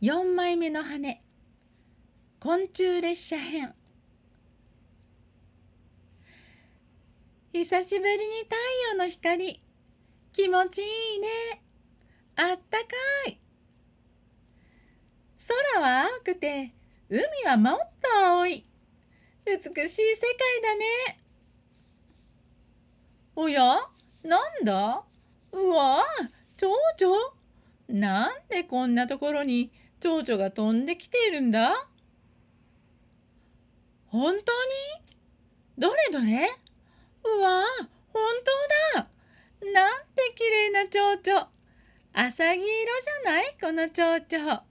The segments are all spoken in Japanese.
4枚目の羽、昆虫列車編。久しぶりに太陽の光、気持ちいいね。あったかい。空は青くて、海はもっと青い。美しい世界だね。おや、なんだ？うわ、蝶々。なんでこんなところに蝶々が飛んできているんだ？本当に？どれどれ？うわ、本当だ。なんてきれいな蝶々。あさぎ色じゃない？この蝶々。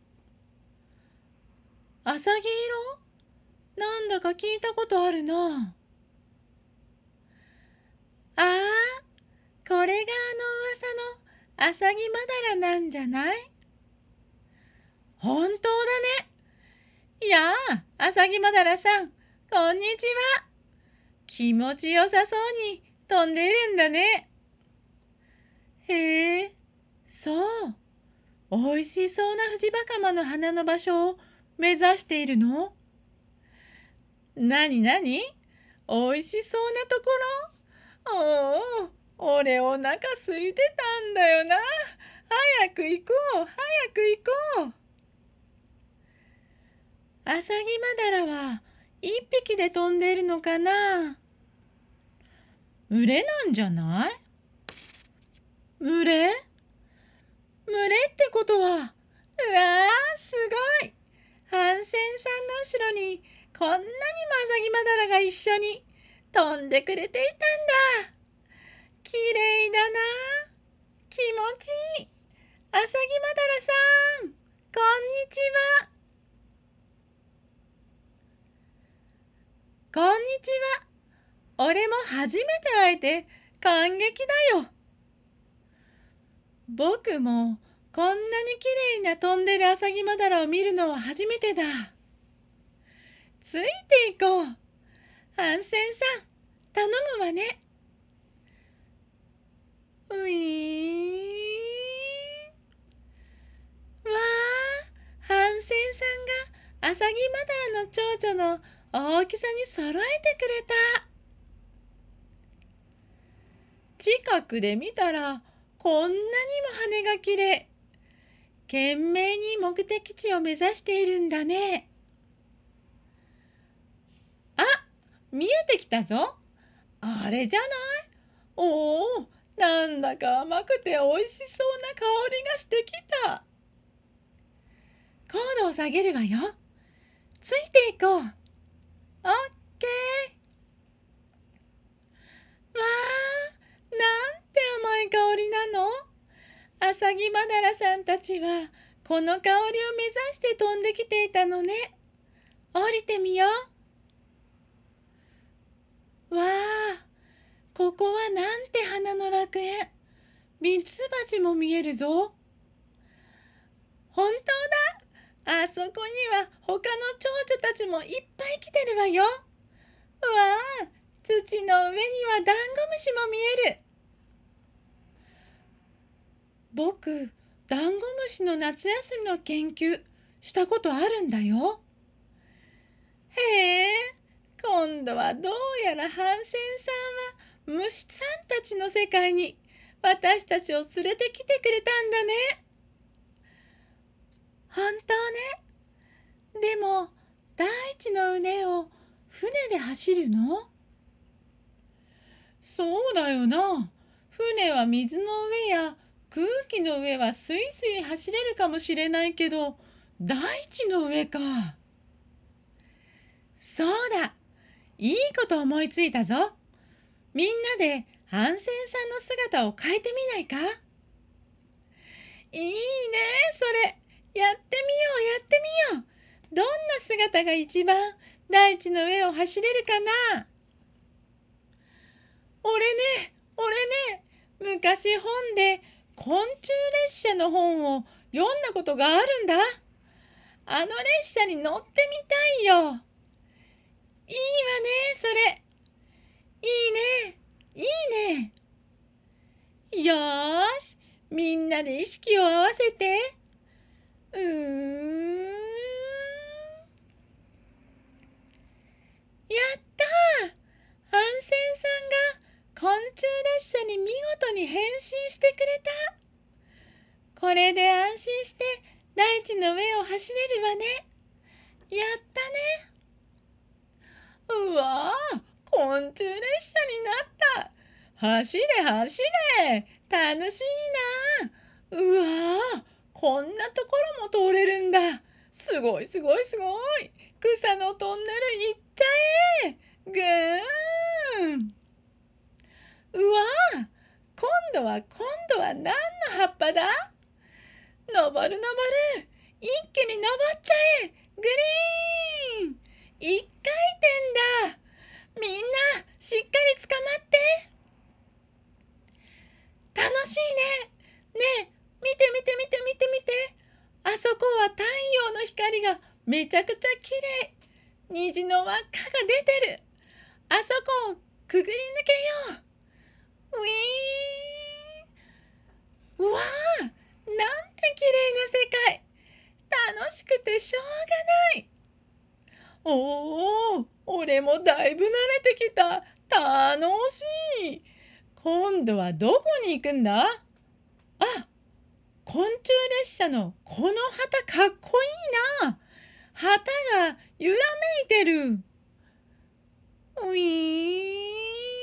あさぎ色？なんだか聞いたことあるな。ああ、これがあの噂のアサギマダラなんじゃない？本当だね。やあ、アサギマダラさん、こんにちは。気持ちよさそうに飛んでいるんだね。へえ、そう。おいしそうなフジバカマの花の場所を目指しているの？なになに？おいしそうなところ？おお、俺お腹空いてたんだよな。早く行こう、早く行こう。アサギマダラは一匹で飛んでいるのかな？群れなんじゃない？群れ？群れってことは、うわー、すごい。ハンセンさんの後ろにこんなにもアサギマダラが一緒に飛んでくれていたんだ。きれいだな。気持ちいい。アサギマダラさん、こんにちは。こんにちは。俺も初めて会えて感激だよ。僕もこんなにきれいな飛んでるアサギマダラを見るのは初めてだ。ついていこう。ハンセンさん、頼むわね。ういーん。わあ、ハンセンさんがアサギマダラの蝶々の大きさに揃えてくれた。近くで見たらこんなにも羽がきれい。懸命に目的地を目指しているんだね。あ、見えてきたぞ。あれじゃない？おお、なんだか甘くておいしそうな香りがしてきた。高度を下げるわよ。ついていこう。オッケー。わあ、なんて甘い香りなの。アサギマダラさんたちはこの香りを目指して飛んできていたのね。降りてみよう。わあ、ここはなんて花の楽園。ミツバチも見えるぞ。本当だ。あそこには他の蝶々たちもいっぱい来てるわよ。わあ、土の上にはダンゴムシも見える。僕、ダンゴムシの夏休みの研究したことあるんだよ。へえ、今度はどうやらハンセンさんは虫さんたちの世界に私たちを連れてきてくれたんだね。本当ね。でも、大地の上を船で走るの？そうだよな。船は水の上や空気の上はスイスイ走れるかもしれないけど、大地の上か。そうだ。いいこと思いついたぞ。みんなでハンセンさんの姿を変えてみないか？いいね、それ。やってみよう、やってみよう。どんな姿が一番大地の上を走れるかな？俺ね、昔本で昆虫列車の本を読んだことがあるんだ。あの列車に乗ってみたいよ。いいわね、それ。いいね、いいね。よーし、みんなで意識を合わせて。うーん。 船さんが昆虫列車に見事に変身してくれた。これで安心して大地の上を走れるわね。やったね。うわあ、昆虫列車になった。走れ走れ。楽しいな。うわあ、こんなところも通れるんだ。すごいすごいすごい。草のトンネル行っちゃえ。ぐーん。うわあ、今度は何の葉っぱだ？登る登る。一気に登っちゃえ。グリーン。一回転だ。みんな、しっかりつかまって。楽しいね。ねえ、見て見て見て見て見て。あそこは太陽の光がめちゃくちゃきれい。虹の輪っかが出てる。あそこをくぐり抜けよう。ウィーン。うわあ、なんて綺麗な世界。楽しくてしょうがない。おお、俺もだいぶ慣れてきた。楽しい。今度はどこに行くんだ？あ、昆虫列車のこの旗かっこいいな。旗が揺らめいてる。ウィーン。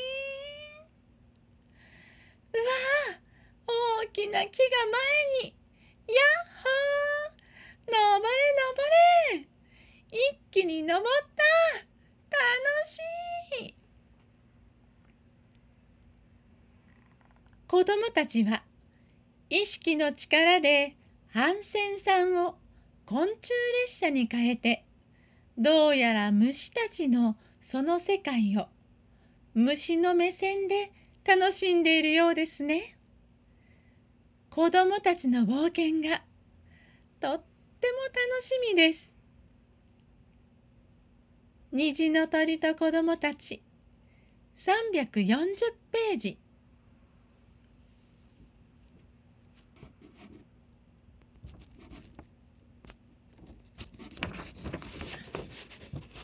うわあ、大きな木が前に。やっほー。登れ登れ。一気に登った。楽しい。子供たちは意識の力で帆船さんを昆虫列車に変えて、どうやら虫たちのその世界を虫の目線で楽しんでいるようですね。子供たちの冒険がとっても楽しみです。虹の鳥と子供たち340ページ。